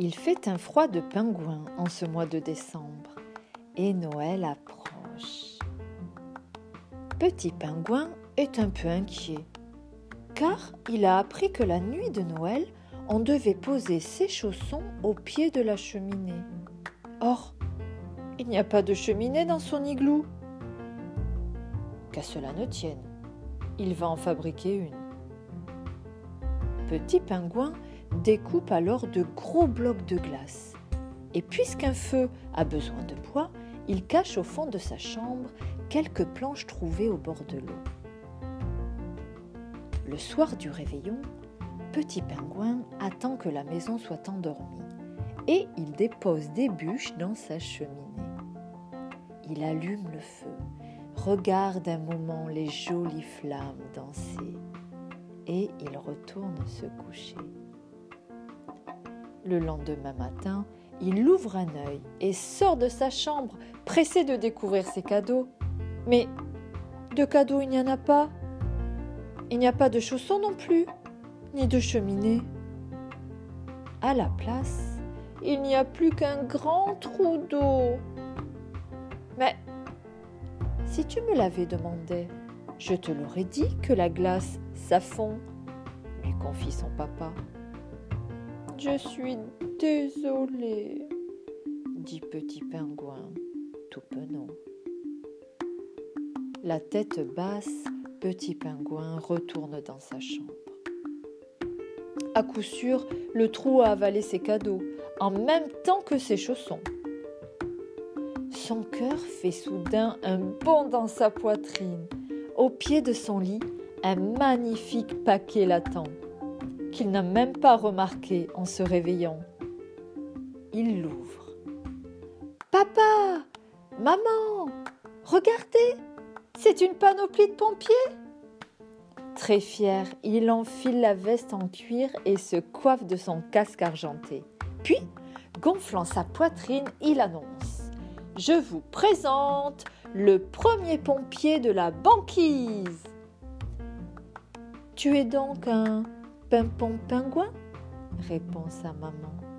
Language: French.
Il fait un froid de pingouin en ce mois de décembre et Noël approche. Petit Pingouin est un peu inquiet car il a appris que la nuit de Noël, on devait poser ses chaussons au pied de la cheminée. Or, il n'y a pas de cheminée dans son igloo. Qu'à cela ne tienne, il va en fabriquer une. Petit Pingouin découpe alors de gros blocs de glace. Et puisqu'un feu a besoin de bois, il cache au fond de sa chambre quelques planches trouvées au bord de l'eau. Le soir du réveillon, Petit Pingouin attend que la maison soit endormie et il dépose des bûches dans sa cheminée. Il allume le feu, regarde un moment les jolies flammes danser et il retourne se coucher. Le lendemain matin, il ouvre un œil et sort de sa chambre, pressé de découvrir ses cadeaux. Mais de cadeaux, il n'y en a pas. Il n'y a pas de chaussons non plus, ni de cheminée. À la place, il n'y a plus qu'un grand trou d'eau. Mais si tu me l'avais demandé, je te l'aurais dit que la glace, ça fond, lui confie son papa. Je suis désolé, dit Petit Pingouin, tout penaud. La tête basse, Petit Pingouin retourne dans sa chambre. À coup sûr, le trou a avalé ses cadeaux, en même temps que ses chaussons. Son cœur fait soudain un bond dans sa poitrine. Au pied de son lit, un magnifique paquet l'attend, qu'il n'a même pas remarqué en se réveillant. Il l'ouvre. « Papa, maman, regardez, c'est une panoplie de pompiers !» Très fier, il enfile la veste en cuir et se coiffe de son casque argenté. Puis, gonflant sa poitrine, il annonce « Je vous présente le premier pompier de la banquise !»« Tu es donc un pimpon pingouin ?» répond sa maman.